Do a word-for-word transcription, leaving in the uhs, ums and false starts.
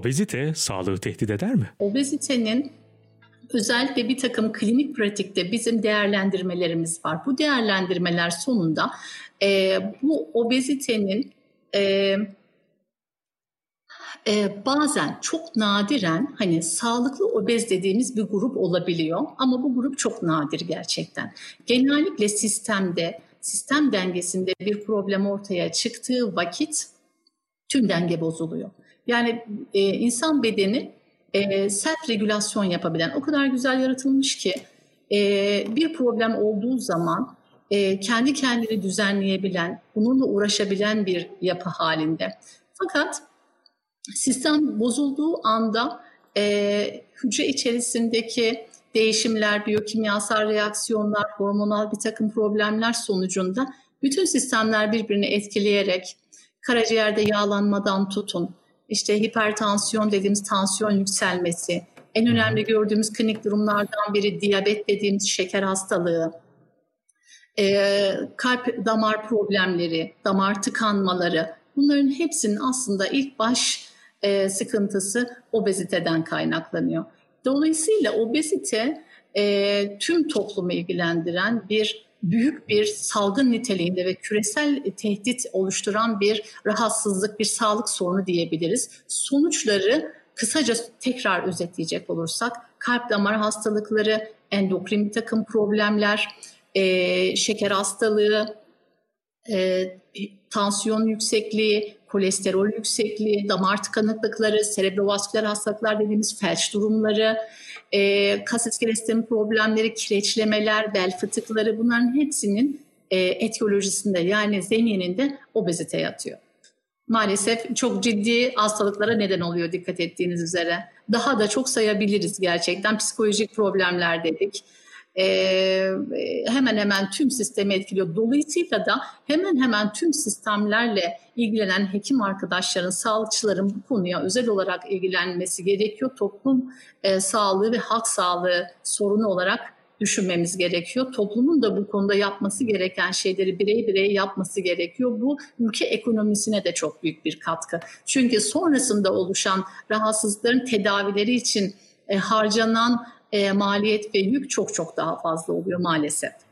Obezite sağlığı tehdit eder mi? Obezitenin özellikle bir takım klinik pratikte bizim değerlendirmelerimiz var. Bu değerlendirmeler sonunda e, bu obezitenin e, e, bazen çok nadiren hani sağlıklı obez dediğimiz bir grup olabiliyor ama bu grup çok nadir gerçekten. Genellikle sistemde, sistem dengesinde bir problem ortaya çıktığı vakit tüm denge bozuluyor. Yani e, insan bedeni e, self regülasyon yapabilen, o kadar güzel yaratılmış ki e, bir problem olduğu zaman e, kendi kendini düzenleyebilen, bununla uğraşabilen bir yapı halinde. Fakat sistem bozulduğu anda e, hücre içerisindeki değişimler, biyokimyasal reaksiyonlar, hormonal bir takım problemler sonucunda bütün sistemler birbirini etkileyerek karaciğerde yağlanmadan tutun, işte hipertansiyon dediğimiz tansiyon yükselmesi, en önemli gördüğümüz klinik durumlardan biri diyabet dediğimiz şeker hastalığı, e, kalp damar problemleri, damar tıkanmaları, bunların hepsinin aslında ilk baş e, sıkıntısı obeziteden kaynaklanıyor. Dolayısıyla obezite e, tüm toplumu ilgilendiren bir büyük bir salgın niteliğinde ve küresel tehdit oluşturan bir rahatsızlık, bir sağlık sorunu diyebiliriz. Sonuçları kısaca tekrar özetleyecek olursak kalp damar hastalıkları, endokrin bir takım problemler, e, şeker hastalığı, e, tansiyon yüksekliği, kolesterol yüksekliği, damar tıkanıklıkları, serebrovasküler hastalıklar dediğimiz felç durumları, e, kas iskelesinin problemleri, kireçlemeler, bel fıtıkları, bunların hepsinin e, etiyolojisinde yani zemininde obezite yatıyor. Maalesef çok ciddi hastalıklara neden oluyor dikkat ettiğiniz üzere. Daha da çok sayabiliriz gerçekten. Psikolojik problemler dedik. Ee, hemen hemen tüm sistemi etkiliyor. Dolayısıyla da hemen hemen tüm sistemlerle ilgilenen hekim arkadaşların, sağlıkçıların bu konuya özel olarak ilgilenmesi gerekiyor. Toplum e, sağlığı ve halk sağlığı sorunu olarak düşünmemiz gerekiyor. Toplumun da bu konuda yapması gereken şeyleri birey birey yapması gerekiyor. Bu ülke ekonomisine de çok büyük bir katkı. Çünkü sonrasında oluşan rahatsızlıkların tedavileri için e, harcanan E, maliyet ve yük çok çok daha fazla oluyor maalesef.